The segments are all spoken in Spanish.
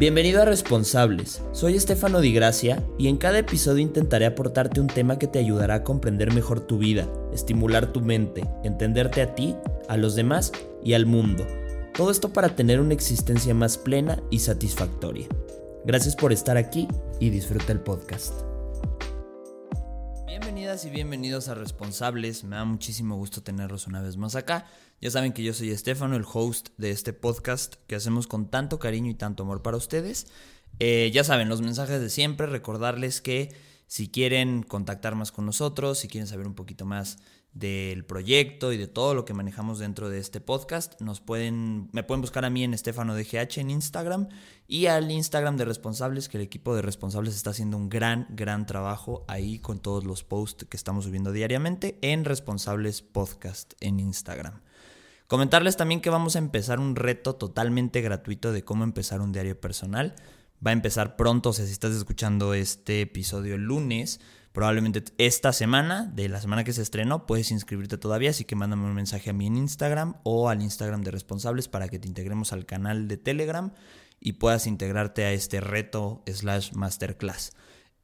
Bienvenido a Responsables, soy Estefano Di Gracia y en cada episodio intentaré aportarte un tema que te ayudará a comprender mejor tu vida, estimular tu mente, entenderte a ti, a los demás y al mundo. Todo esto para tener una existencia más plena y satisfactoria. Gracias por estar aquí y disfruta el podcast. Bienvenidas y bienvenidos a Responsables, me da muchísimo gusto tenerlos una vez más acá. Ya saben que yo soy Estefano, el host de este podcast que hacemos con tanto cariño y tanto amor para ustedes. Ya saben, los mensajes de siempre, recordarles que si quieren contactar más con nosotros, si quieren saber un poquito más del proyecto y de todo lo que manejamos dentro de este podcast, me pueden buscar a mí en Estefano DGH en Instagram y al Instagram de Responsables, que el equipo de Responsables está haciendo un gran trabajo ahí con todos los posts que estamos subiendo diariamente en Responsables Podcast en Instagram. Comentarles también que vamos a empezar un reto totalmente gratuito de cómo empezar un diario personal. Va a empezar pronto, o sea, si estás escuchando este episodio el lunes, probablemente esta semana, de la semana que se estrenó, puedes inscribirte todavía, así que mándame un mensaje a mí en Instagram o al Instagram de Responsables para que te integremos al canal de Telegram y puedas integrarte a este reto /masterclass.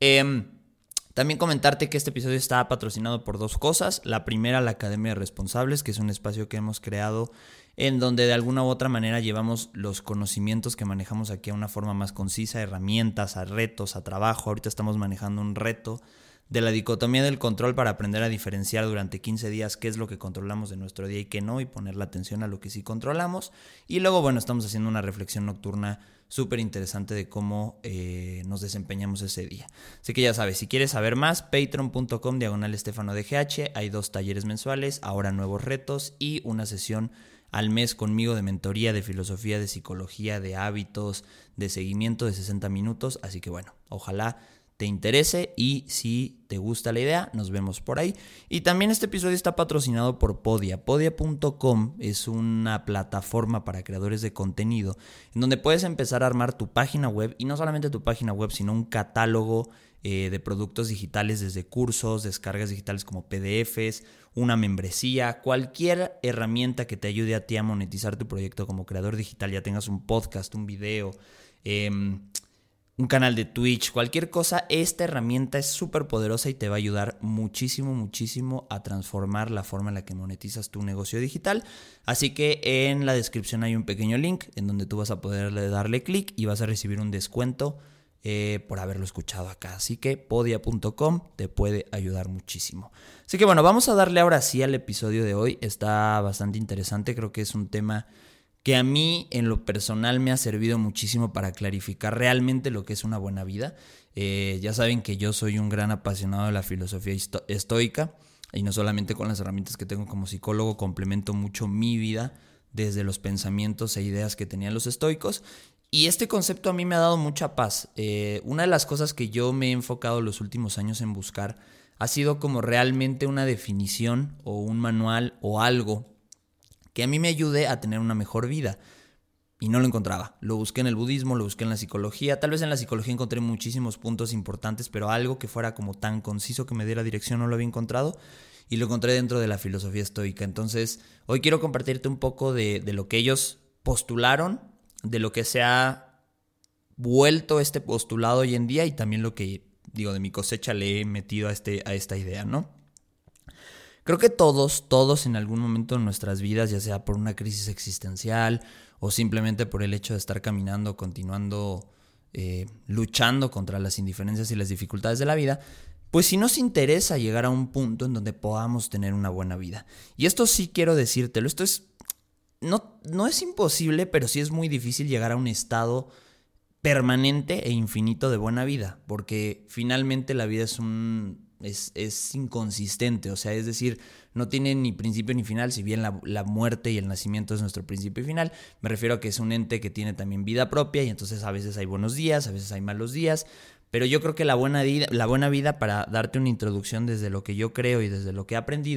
También comentarte que este episodio está patrocinado por dos cosas. La primera, la Academia de Responsables, que es un espacio que hemos creado en donde de alguna u otra manera llevamos los conocimientos que manejamos aquí a una forma más concisa, herramientas, a retos, a trabajo. Ahorita estamos manejando un reto de la dicotomía del control para aprender a diferenciar durante 15 días qué es lo que controlamos de nuestro día y qué no, y poner la atención a lo que sí controlamos. Y luego, bueno, estamos haciendo una reflexión nocturna súper interesante de cómo nos desempeñamos ese día. Así que ya sabes, si quieres saber más, patreon.com/EstefanoDGH. Hay 2 talleres mensuales, ahora nuevos retos y una sesión al mes conmigo de mentoría, de filosofía, de psicología, de hábitos, de seguimiento de 60 minutos. Así que bueno, ojalá te interese y si te gusta la idea, nos vemos por ahí. Y también este episodio está patrocinado por Podia. Podia.com es una plataforma para creadores de contenido en donde puedes empezar a armar tu página web, y no solamente tu página web, sino un catálogo de productos digitales, desde cursos, descargas digitales como PDFs, una membresía, cualquier herramienta que te ayude a ti a monetizar tu proyecto como creador digital, ya tengas un podcast, un video, un canal de Twitch, cualquier cosa. Esta herramienta es súper poderosa y te va a ayudar muchísimo a transformar la forma en la que monetizas tu negocio digital. Así que en la descripción hay un pequeño link en donde tú vas a poder darle clic y vas a recibir un descuento por haberlo escuchado acá. Así que podia.com te puede ayudar muchísimo. Así que bueno, vamos a darle ahora sí al episodio de hoy. Está bastante interesante, creo que es un tema que a mí en lo personal me ha servido muchísimo para clarificar realmente lo que es una buena vida. Ya saben que yo soy un gran apasionado de la filosofía estoica, y no solamente con las herramientas que tengo como psicólogo, complemento mucho mi vida desde los pensamientos e ideas que tenían los estoicos, y este concepto a mí me ha dado mucha paz. Una de las cosas que yo me he enfocado los últimos años en buscar ha sido como realmente una definición o un manual o algo que a mí me ayude a tener una mejor vida. Y no lo encontraba. Lo busqué en el budismo, lo busqué en la psicología. Tal vez en la psicología encontré muchísimos puntos importantes, pero algo que fuera como tan conciso que me diera dirección no lo había encontrado. Y lo encontré dentro de la filosofía estoica. Entonces, hoy quiero compartirte un poco de lo que ellos postularon, de lo que se ha vuelto este postulado hoy en día, y también lo que, de mi cosecha le he metido a esta idea, ¿no? Creo que todos en algún momento de nuestras vidas, ya sea por una crisis existencial o simplemente por el hecho de estar caminando, continuando luchando contra las indiferencias y las dificultades de la vida, pues sí nos interesa llegar a un punto en donde podamos tener una buena vida. Y esto sí quiero decírtelo, esto no es imposible, pero sí es muy difícil llegar a un estado permanente e infinito de buena vida, porque finalmente la vida es inconsistente, o sea, es decir, no tiene ni principio ni final. Si bien la muerte y el nacimiento es nuestro principio y final, me refiero a que es un ente que tiene también vida propia, y entonces a veces hay buenos días, a veces hay malos días, pero yo creo que la buena vida, para darte una introducción desde lo que yo creo y desde lo que he aprendido,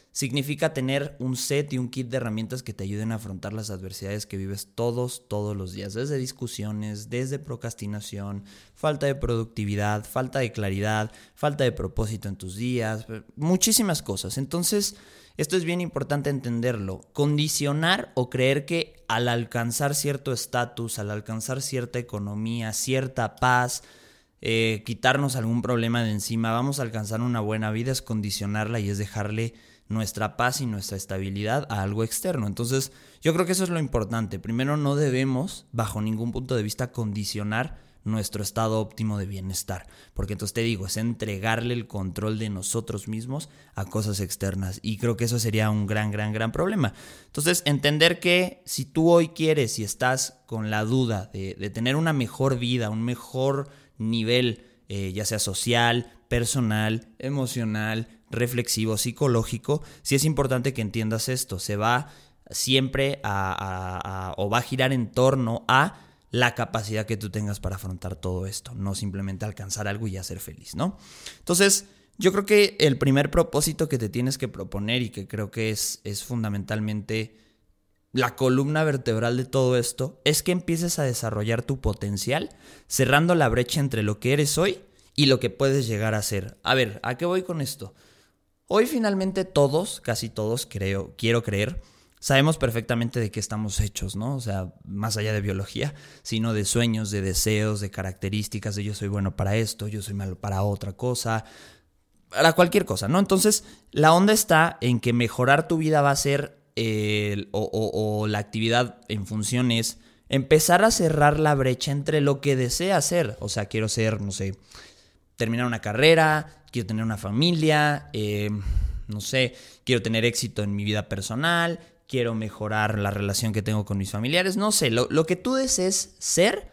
significa tener un set y un kit de herramientas que te ayuden a afrontar las adversidades que vives todos los días, desde discusiones, desde procrastinación, falta de productividad, falta de claridad, falta de propósito en tus días, muchísimas cosas. Entonces, esto es bien importante entenderlo. Condicionar o creer que al alcanzar cierto estatus, al alcanzar cierta economía, cierta paz, quitarnos algún problema de encima, vamos a alcanzar una buena vida, es condicionarla y es dejarle nuestra paz y nuestra estabilidad a algo externo. Entonces, yo creo que eso es lo importante. Primero, no debemos, bajo ningún punto de vista, condicionar nuestro estado óptimo de bienestar, porque entonces te digo, es entregarle el control de nosotros mismos a cosas externas, y creo que eso sería un gran problema. Entonces, entender que si tú hoy quieres y estás con la duda de tener una mejor vida, un mejor nivel, ya sea social, personal, emocional, reflexivo, psicológico, sí es importante que entiendas esto. Se va siempre o va a girar en torno a la capacidad que tú tengas para afrontar todo esto, no simplemente alcanzar algo y ya ser feliz, ¿no? Entonces, yo creo que el primer propósito que te tienes que proponer, y que creo que es fundamentalmente la columna vertebral de todo esto, es que empieces a desarrollar tu potencial, cerrando la brecha entre lo que eres hoy y lo que puedes llegar a ser. A ver, ¿a qué voy con esto? Hoy finalmente todos, casi todos, quiero creer, sabemos perfectamente de qué estamos hechos, ¿no? O sea, más allá de biología, sino de sueños, de deseos, de características, de yo soy bueno para esto, yo soy malo para otra cosa, para cualquier cosa, ¿no? Entonces, la onda está en que mejorar tu vida va a ser, o la actividad en función es empezar a cerrar la brecha entre lo que deseas ser. O sea, quiero ser, no sé, terminar una carrera, quiero tener una familia, no sé, quiero tener éxito en mi vida personal, quiero mejorar la relación que tengo con mis familiares, no sé, lo que tú desees ser,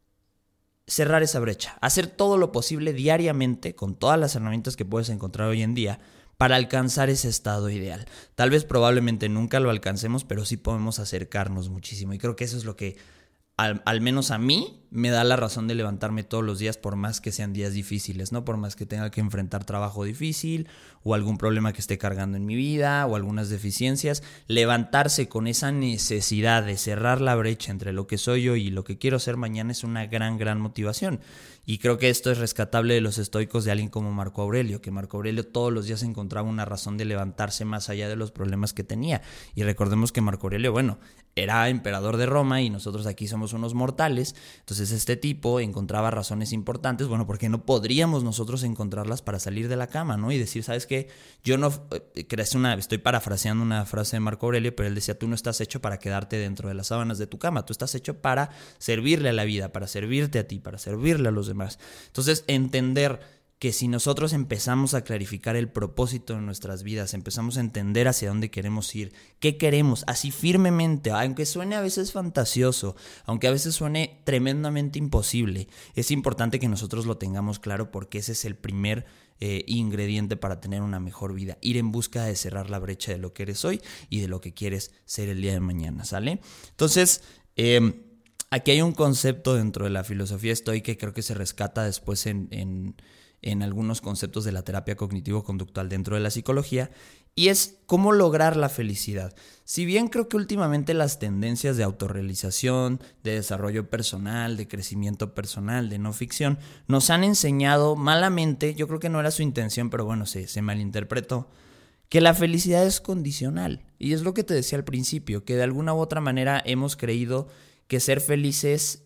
cerrar esa brecha, hacer todo lo posible diariamente con todas las herramientas que puedes encontrar hoy en día para alcanzar ese estado ideal. Tal vez probablemente nunca lo alcancemos, pero sí podemos acercarnos muchísimo, y creo que eso es lo que al menos a mí me da la razón de levantarme todos los días, por más que sean días difíciles, ¿no? Por más que tenga que enfrentar trabajo difícil o algún problema que esté cargando en mi vida o algunas deficiencias, levantarse con esa necesidad de cerrar la brecha entre lo que soy yo y lo que quiero ser mañana es una gran motivación. Y creo que esto es rescatable de los estoicos, de alguien como Marco Aurelio, que Marco Aurelio todos los días encontraba una razón de levantarse más allá de los problemas que tenía. Y recordemos que Marco Aurelio, bueno, era emperador de Roma y nosotros aquí somos unos mortales. Entonces este tipo encontraba razones importantes, bueno, porque no podríamos nosotros encontrarlas para salir de la cama, ¿no? Y decir, ¿sabes qué? Yo no, estoy parafraseando una frase de Marco Aurelio, pero él decía, tú no estás hecho para quedarte dentro de las sábanas de tu cama, tú estás hecho para servirle a la vida, para servirte a ti, para servirle a los demás. Entonces, entender que si nosotros empezamos a clarificar el propósito de nuestras vidas, empezamos a entender hacia dónde queremos ir, qué queremos, así firmemente, aunque suene a veces fantasioso, aunque a veces suene tremendamente imposible, es importante que nosotros lo tengamos claro, porque ese es el primer ingrediente para tener una mejor vida, ir en busca de cerrar la brecha de lo que eres hoy y de lo que quieres ser el día de mañana, ¿sale? Entonces, aquí hay un concepto dentro de la filosofía estoica que creo que se rescata después en algunos conceptos de la terapia cognitivo-conductual dentro de la psicología, y es cómo lograr la felicidad. Si bien creo que últimamente las tendencias de autorrealización, de desarrollo personal, de crecimiento personal, de no ficción, nos han enseñado malamente, yo creo que no era su intención, pero bueno, se malinterpretó, que la felicidad es condicional. Y es lo que te decía al principio, que de alguna u otra manera hemos creído que ser felices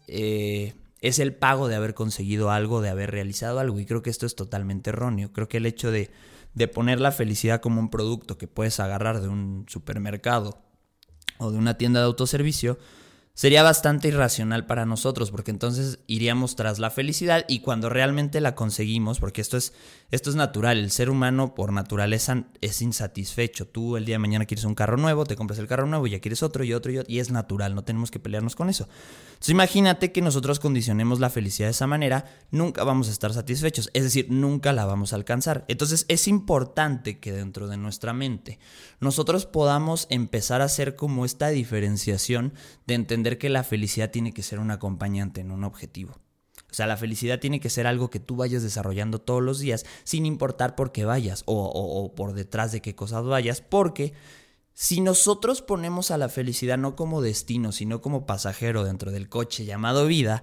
es el pago de haber conseguido algo, de haber realizado algo, y creo que esto es totalmente erróneo. Creo que el hecho de poner la felicidad como un producto que puedes agarrar de un supermercado o de una tienda de autoservicio sería bastante irracional para nosotros, porque entonces iríamos tras la felicidad, y cuando realmente la conseguimos, porque esto es natural, el ser humano por naturaleza es insatisfecho. Tú el día de mañana quieres un carro nuevo, te compras el carro nuevo y ya quieres otro y otro y es natural, no tenemos que pelearnos con eso. Entonces imagínate que nosotros condicionemos la felicidad de esa manera, nunca vamos a estar satisfechos, es decir, nunca la vamos a alcanzar. Entonces es importante que dentro de nuestra mente nosotros podamos empezar a hacer como esta diferenciación de entender que la felicidad tiene que ser un acompañante, no un objetivo. O sea, la felicidad tiene que ser algo que tú vayas desarrollando todos los días, sin importar por qué vayas o por detrás de qué cosas vayas, porque si nosotros ponemos a la felicidad no como destino, sino como pasajero dentro del coche llamado vida,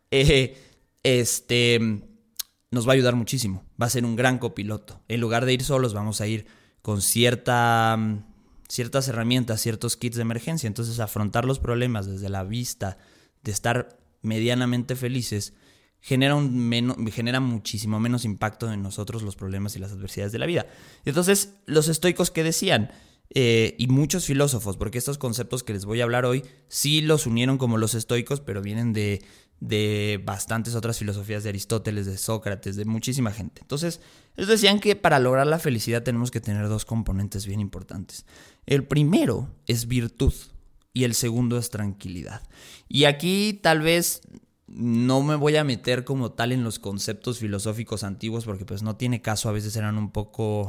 nos va a ayudar muchísimo. Va a ser un gran copiloto. En lugar de ir solos, vamos a ir con ciertas herramientas, ciertos kits de emergencia. Entonces, afrontar los problemas desde la vista de estar medianamente felices genera muchísimo menos impacto en nosotros los problemas y las adversidades de la vida. Entonces, los estoicos que decían, y muchos filósofos, porque estos conceptos que les voy a hablar hoy sí los unieron como los estoicos, pero vienen de bastantes otras filosofías, de Aristóteles, de Sócrates, de muchísima gente. Entonces, ellos decían que para lograr la felicidad tenemos que tener dos componentes bien importantes. El primero es virtud y el segundo es tranquilidad. Y aquí tal vez no me voy a meter como tal en los conceptos filosóficos antiguos, porque pues no tiene caso, a veces eran un poco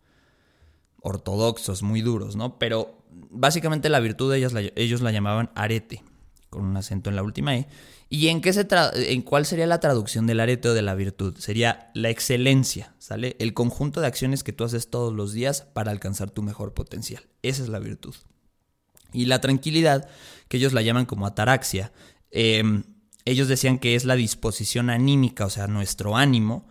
ortodoxos, muy duros, ¿no? Pero básicamente la virtud ellos la llamaban arete, con un acento en la última E. ¿Y en cuál sería la traducción del arete o de la virtud? Sería la excelencia, ¿sale? El conjunto de acciones que tú haces todos los días para alcanzar tu mejor potencial. Esa es la virtud. Y la tranquilidad, que ellos la llaman como ataraxia, ellos decían que es la disposición anímica, o sea, nuestro ánimo,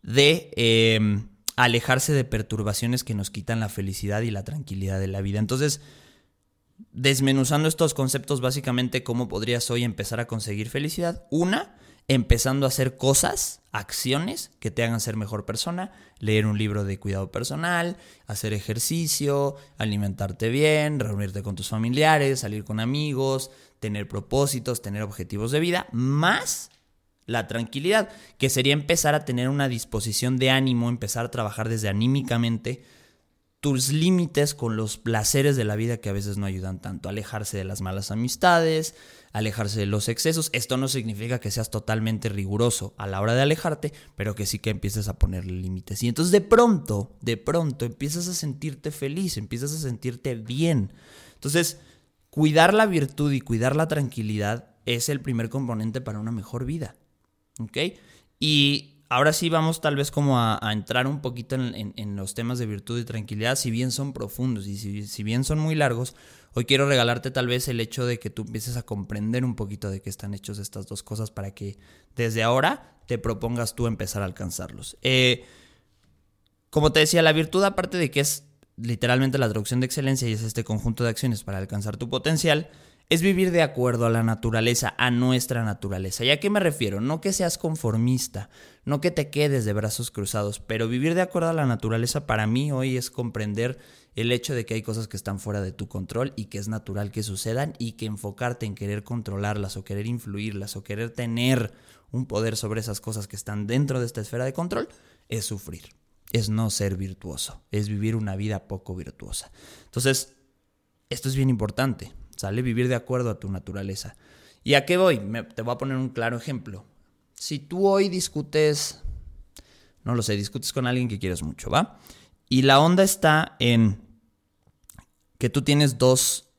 de alejarse de perturbaciones que nos quitan la felicidad y la tranquilidad de la vida. Entonces, desmenuzando estos conceptos, básicamente, ¿cómo podrías hoy empezar a conseguir felicidad? Una, empezando a hacer cosas, acciones que te hagan ser mejor persona, leer un libro de cuidado personal, hacer ejercicio, alimentarte bien, reunirte con tus familiares, salir con amigos, tener propósitos, tener objetivos de vida, más la tranquilidad, que sería empezar a tener una disposición de ánimo, empezar a trabajar desde anímicamente tus límites con los placeres de la vida que a veces no ayudan tanto, alejarse de las malas amistades, alejarse de los excesos. Esto no significa que seas totalmente riguroso a la hora de alejarte, pero que sí que empieces a ponerle límites. Y entonces de pronto empiezas a sentirte feliz, empiezas a sentirte bien. Entonces, cuidar la virtud y cuidar la tranquilidad es el primer componente para una mejor vida, ¿ok? Y ahora sí vamos tal vez como a entrar un poquito en los temas de virtud y tranquilidad, si bien son profundos y si bien son muy largos. Hoy quiero regalarte tal vez el hecho de que tú empieces a comprender un poquito de qué están hechos estas dos cosas para que desde ahora te propongas tú empezar a alcanzarlos. Como te decía, la virtud, aparte de que es literalmente la traducción de excelencia y es este conjunto de acciones para alcanzar tu potencial, es vivir de acuerdo a la naturaleza, a nuestra naturaleza. ¿Y a qué me refiero? No que seas conformista, no que te quedes de brazos cruzados, pero vivir de acuerdo a la naturaleza para mí hoy es comprender el hecho de que hay cosas que están fuera de tu control y que es natural que sucedan y que enfocarte en querer controlarlas o querer influirlas o querer tener un poder sobre esas cosas que están dentro de esta esfera de control es sufrir, es no ser virtuoso, es vivir una vida poco virtuosa. Entonces, esto es bien importante. ¿Sale? Vivir de acuerdo a tu naturaleza. ¿Y a qué voy? Te voy a poner un claro ejemplo. Si tú hoy discutes con alguien que quieres mucho, ¿va? Y la onda está en que tú tienes dos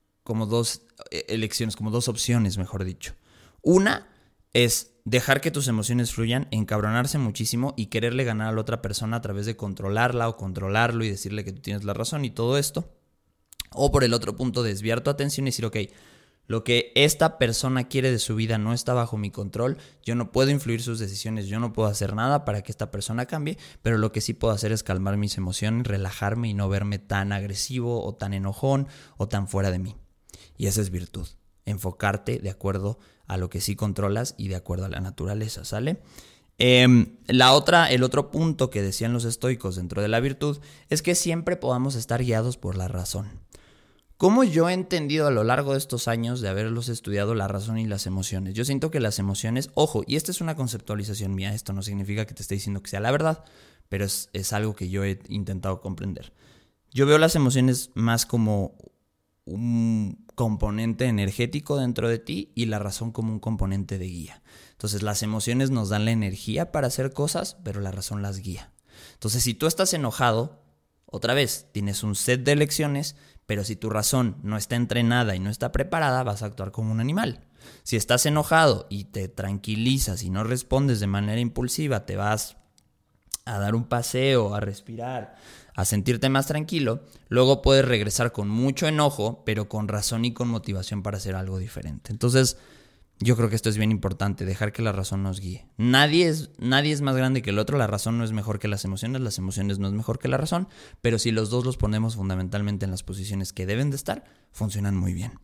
elecciones, como dos opciones, mejor dicho. Una es dejar que tus emociones fluyan, encabronarse muchísimo y quererle ganar a la otra persona a través de controlarla o controlarlo y decirle que tú tienes la razón y todo esto. O por el otro punto, desviar tu atención y decir, ok, lo que esta persona quiere de su vida no está bajo mi control, yo no puedo influir sus decisiones, yo no puedo hacer nada para que esta persona cambie, pero lo que sí puedo hacer es calmar mis emociones, relajarme y no verme tan agresivo o tan enojón o tan fuera de mí. Y esa es virtud, enfocarte de acuerdo a lo que sí controlas y de acuerdo a la naturaleza, ¿sale? El otro punto que decían los estoicos dentro de la virtud es que siempre podamos estar guiados por la razón. ¿Cómo yo he entendido a lo largo de estos años de haberlos estudiado la razón y las emociones? Yo siento que las emociones, ojo, y esta es una conceptualización mía, esto no significa que te esté diciendo que sea la verdad, pero es algo que yo he intentado comprender. Yo veo las emociones más como un componente energético dentro de ti y la razón como un componente de guía. Entonces las emociones nos dan la energía para hacer cosas, pero la razón las guía. Entonces si tú estás enojado, otra vez, tienes un set de elecciones, Pero si tu razón no está entrenada y no está preparada, vas a actuar como un animal. Si estás enojado y te tranquilizas y no respondes de manera impulsiva, te vas a dar un paseo, a respirar, a sentirte más tranquilo, luego puedes regresar con mucho enojo, pero con razón y con motivación para hacer algo diferente. Entonces, yo creo que esto es bien importante, dejar que la razón nos guíe. Nadie es más grande que el otro, la razón no es mejor que las emociones no es mejor que la razón, pero si los dos los ponemos fundamentalmente en las posiciones que deben de estar, funcionan muy bien.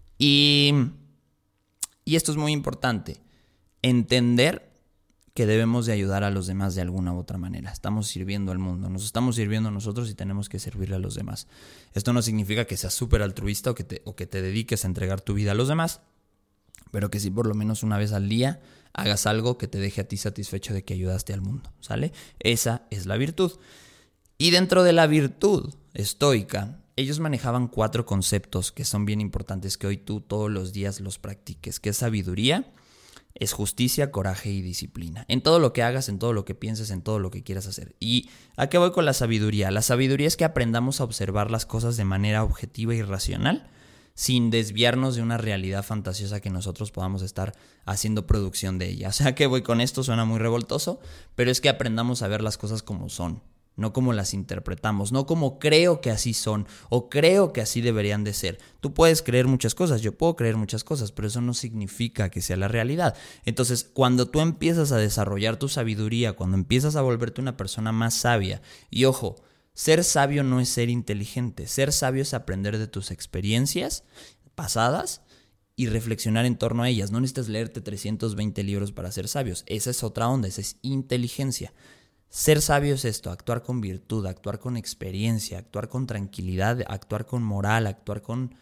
Y esto es muy importante, entender que debemos de ayudar a los demás de alguna u otra manera. Estamos sirviendo al mundo, nos estamos sirviendo a nosotros y tenemos que servirle a los demás. Esto no significa que seas súper altruista o que te dediques a entregar tu vida a los demás, pero que sí por lo menos una vez al día hagas algo que te deje a ti satisfecho de que ayudaste al mundo, ¿sale? Esa es la virtud. Y dentro de la virtud estoica, ellos manejaban 4 conceptos que son bien importantes que hoy tú todos los días los practiques, que es sabiduría, es justicia, coraje y disciplina. En todo lo que hagas, en todo lo que pienses, en todo lo que quieras hacer. ¿Y a qué voy con la sabiduría? La sabiduría es que aprendamos a observar las cosas de manera objetiva y racional, sin desviarnos de una realidad fantasiosa que nosotros podamos estar haciendo producción de ella. O sea, ¿qué voy con esto? Suena muy revoltoso, pero es que aprendamos a ver las cosas como son, no como las interpretamos, no como creo que así son o creo que así deberían de ser. Tú puedes creer muchas cosas, yo puedo creer muchas cosas, pero eso no significa que sea la realidad. Entonces, cuando tú empiezas a desarrollar tu sabiduría, cuando empiezas a volverte una persona más sabia, y ojo, ser sabio no es ser inteligente, ser sabio es aprender de tus experiencias pasadas y reflexionar en torno a ellas. No necesitas leerte 320 libros para ser sabios, esa es otra onda, esa es inteligencia. Ser sabio es esto, actuar con virtud, actuar con experiencia, actuar con tranquilidad, actuar con moral, actuar con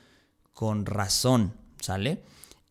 razón, ¿sale?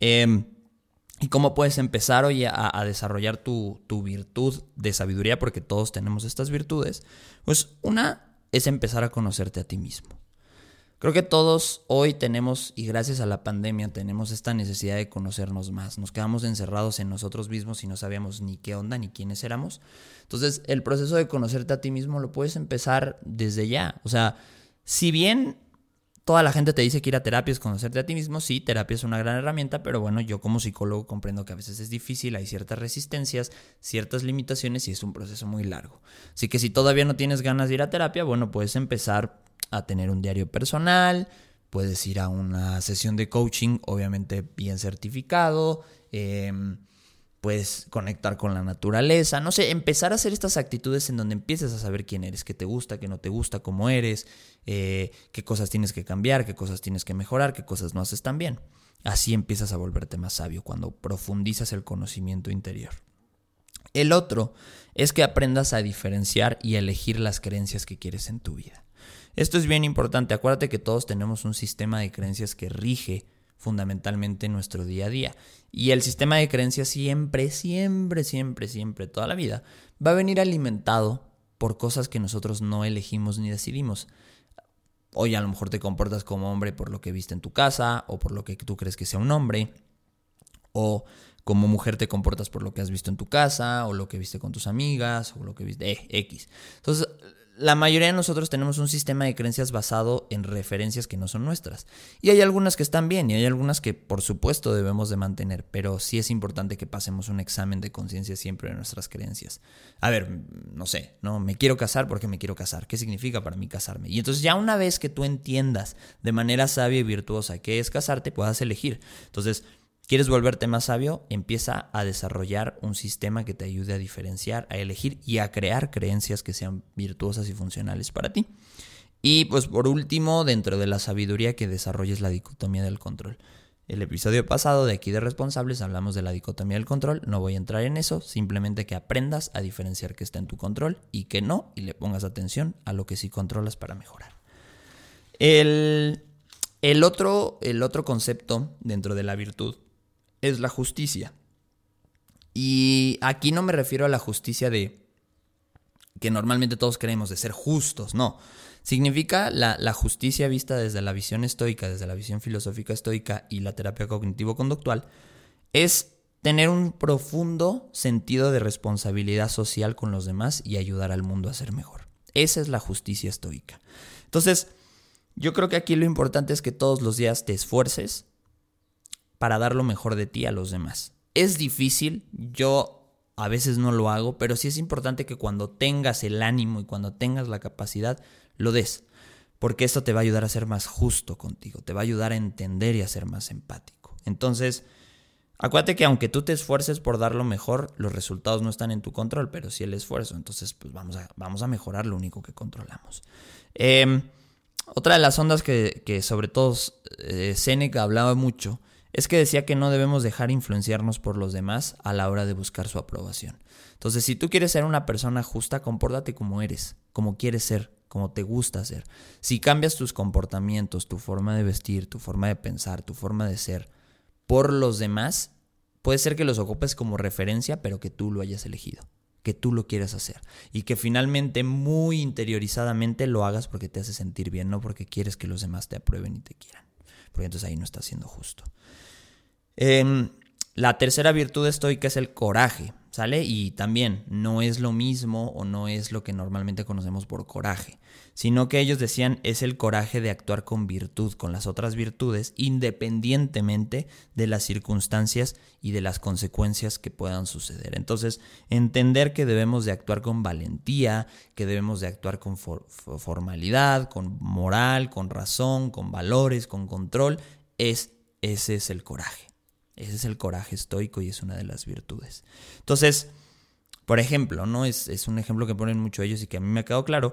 ¿Y cómo puedes empezar hoy a desarrollar tu virtud de sabiduría? Porque todos tenemos estas virtudes. Pues una es empezar a conocerte a ti mismo. Creo que todos hoy tenemos, y gracias a la pandemia, tenemos esta necesidad de conocernos más. Nos quedamos encerrados en nosotros mismos y no sabíamos ni qué onda ni quiénes éramos. Entonces, el proceso de conocerte a ti mismo lo puedes empezar desde ya. O sea, si bien toda la gente te dice que ir a terapia es conocerte a ti mismo, sí, terapia es una gran herramienta, pero bueno, yo como psicólogo comprendo que a veces es difícil, hay ciertas resistencias, ciertas limitaciones y es un proceso muy largo. Así que si todavía no tienes ganas de ir a terapia, bueno, puedes empezar a tener un diario personal, puedes ir a una sesión de coaching, obviamente bien certificado, puedes conectar con la naturaleza, no sé, empezar a hacer estas actitudes en donde empieces a saber quién eres, qué te gusta, qué no te gusta, cómo eres, qué cosas tienes que cambiar, qué cosas tienes que mejorar, qué cosas no haces tan bien. Así empiezas a volverte más sabio cuando profundizas el conocimiento interior. El otro es que aprendas a diferenciar y a elegir las creencias que quieres en tu vida. Esto es bien importante. Acuérdate que todos tenemos un sistema de creencias que rige fundamentalmente nuestro día a día. Y el sistema de creencias siempre, toda la vida, va a venir alimentado por cosas que nosotros no elegimos ni decidimos. Hoy a lo mejor te comportas como hombre por lo que viste en tu casa o por lo que tú crees que sea un hombre. O como mujer te comportas por lo que has visto en tu casa o lo que viste con tus amigas o lo que viste X. Entonces, la mayoría de nosotros tenemos un sistema de creencias basado en referencias que no son nuestras. Y hay algunas que están bien y hay algunas que por supuesto debemos de mantener, pero sí es importante que pasemos un examen de conciencia siempre de nuestras creencias. A ver, no sé, ¿no? Me quiero casar porque me quiero casar. ¿Qué significa para mí casarme? Y entonces ya una vez que tú entiendas de manera sabia y virtuosa qué es casarte, puedas elegir. Entonces, ¿quieres volverte más sabio? Empieza a desarrollar un sistema que te ayude a diferenciar, a elegir y a crear creencias que sean virtuosas y funcionales para ti. Y pues por último, dentro de la sabiduría, que desarrolles la dicotomía del control. El episodio pasado de Aquí de Responsables hablamos de la dicotomía del control, no voy a entrar en eso, simplemente que aprendas a diferenciar qué está en tu control y qué no, y le pongas atención a lo que sí controlas para mejorar. El otro concepto dentro de la virtud es la justicia. Y aquí no me refiero a la justicia de que normalmente todos creemos, de ser justos, no. Significa la justicia vista desde la visión estoica, desde la visión filosófica estoica y la terapia cognitivo-conductual, es tener un profundo sentido de responsabilidad social con los demás y ayudar al mundo a ser mejor. Esa es la justicia estoica. Entonces, yo creo que aquí lo importante es que todos los días te esfuerces para dar lo mejor de ti a los demás. Es difícil, yo a veces no lo hago, pero sí es importante que cuando tengas el ánimo y cuando tengas la capacidad, lo des. Porque esto te va a ayudar a ser más justo contigo, te va a ayudar a entender y a ser más empático. Entonces, acuérdate que aunque tú te esfuerces por dar lo mejor, los resultados no están en tu control, pero sí el esfuerzo. Entonces, pues vamos a mejorar lo único que controlamos. Otra de las ondas que sobre todo Séneca hablaba mucho es que decía que no debemos dejar influenciarnos por los demás a la hora de buscar su aprobación. Entonces, si tú quieres ser una persona justa, compórtate como eres, como quieres ser, como te gusta ser. Si cambias tus comportamientos, tu forma de vestir, tu forma de pensar, tu forma de ser por los demás, puede ser que los ocupes como referencia, pero que tú lo hayas elegido, que tú lo quieras hacer y que finalmente muy interiorizadamente lo hagas porque te hace sentir bien, no porque quieres que los demás te aprueben y te quieran, porque entonces ahí no estás siendo justo. La tercera virtud estoica es el coraje, ¿sale? Y también no es lo mismo o no es lo que normalmente conocemos por coraje, sino que ellos decían es el coraje de actuar con virtud, con las otras virtudes, independientemente de las circunstancias y de las consecuencias que puedan suceder. Entonces, entender que debemos de actuar con valentía, que debemos de actuar con formalidad, con moral, con razón, con valores, con control, ese es el coraje. Ese es el coraje estoico y es una de las virtudes. Entonces, por ejemplo, ¿no? Es un ejemplo que ponen mucho ellos y que a mí me ha quedado claro,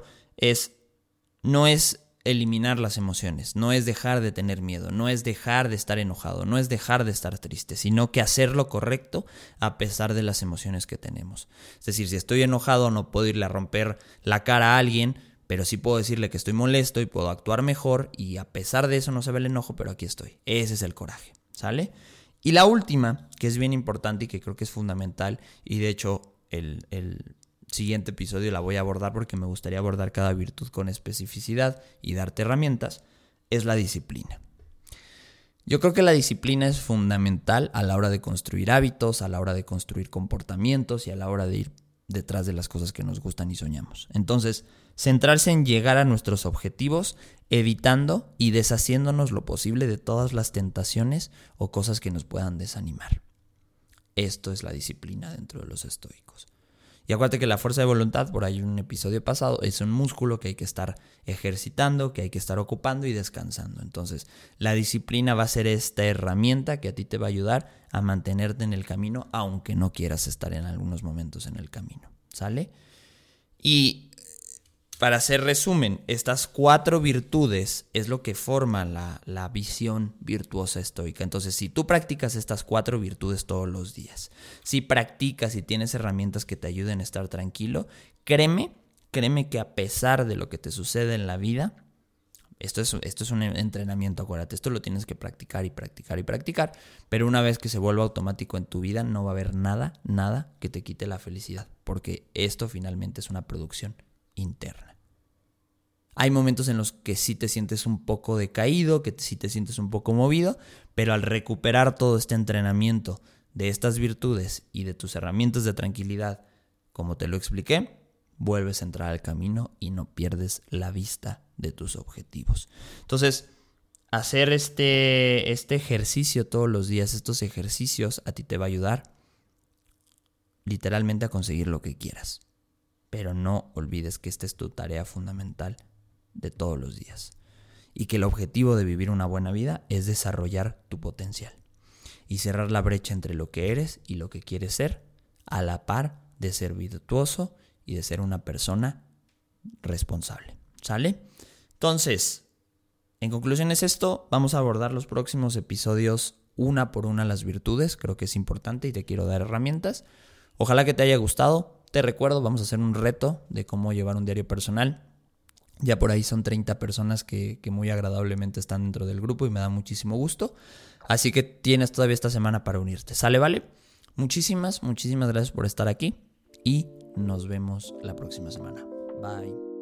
no es eliminar las emociones, no es dejar de tener miedo, no es dejar de estar enojado, no es dejar de estar triste, sino que hacer lo correcto a pesar de las emociones que tenemos. Es decir, si estoy enojado no puedo irle a romper la cara a alguien, pero sí puedo decirle que estoy molesto y puedo actuar mejor y a pesar de eso no se ve el enojo, pero aquí estoy. Ese es el coraje, ¿sale? Y la última, que es bien importante y que creo que es fundamental, y de hecho el siguiente episodio la voy a abordar porque me gustaría abordar cada virtud con especificidad y darte herramientas, es la disciplina. Yo creo que la disciplina es fundamental a la hora de construir hábitos, a la hora de construir comportamientos y a la hora de ir detrás de las cosas que nos gustan y soñamos. Entonces, centrarse en llegar a nuestros objetivos, evitando y deshaciéndonos lo posible de todas las tentaciones o cosas que nos puedan desanimar. Esto es la disciplina dentro de los estoicos. Y acuérdate que la fuerza de voluntad, por ahí en un episodio pasado, es un músculo que hay que estar ejercitando, que hay que estar ocupando y descansando. Entonces, la disciplina va a ser esta herramienta que a ti te va a ayudar a mantenerte en el camino, aunque no quieras estar en algunos momentos en el camino, ¿sale? Y para hacer resumen, estas 4 virtudes es lo que forma la visión virtuosa estoica. Entonces, si tú practicas estas 4 virtudes todos los días, si practicas y tienes herramientas que te ayuden a estar tranquilo, créeme que a pesar de lo que te sucede en la vida, esto es un entrenamiento, acuérdate, esto lo tienes que practicar y practicar y practicar, pero una vez que se vuelva automático en tu vida, no va a haber nada que te quite la felicidad, porque esto finalmente es una producción interna. Hay momentos en los que sí te sientes un poco decaído, que sí te sientes un poco movido, pero al recuperar todo este entrenamiento de estas virtudes y de tus herramientas de tranquilidad, como te lo expliqué, vuelves a entrar al camino y no pierdes la vista de tus objetivos. Entonces, hacer este ejercicio todos los días, estos ejercicios a ti te va a ayudar literalmente a conseguir lo que quieras. Pero no olvides que esta es tu tarea fundamental de todos los días y que el objetivo de vivir una buena vida es desarrollar tu potencial y cerrar la brecha entre lo que eres y lo que quieres ser, a la par de ser virtuoso y de ser una persona responsable, ¿sale? Entonces, en conclusión es esto, vamos a abordar los próximos episodios una por una las virtudes, creo que es importante y te quiero dar herramientas. Ojalá que te haya gustado. Te recuerdo, vamos a hacer un reto de cómo llevar un diario personal. Ya por ahí son 30 personas que muy agradablemente están dentro del grupo y me da muchísimo gusto. Así que tienes todavía esta semana para unirte. ¿Sale, vale? Muchísimas gracias por estar aquí y nos vemos la próxima semana. Bye.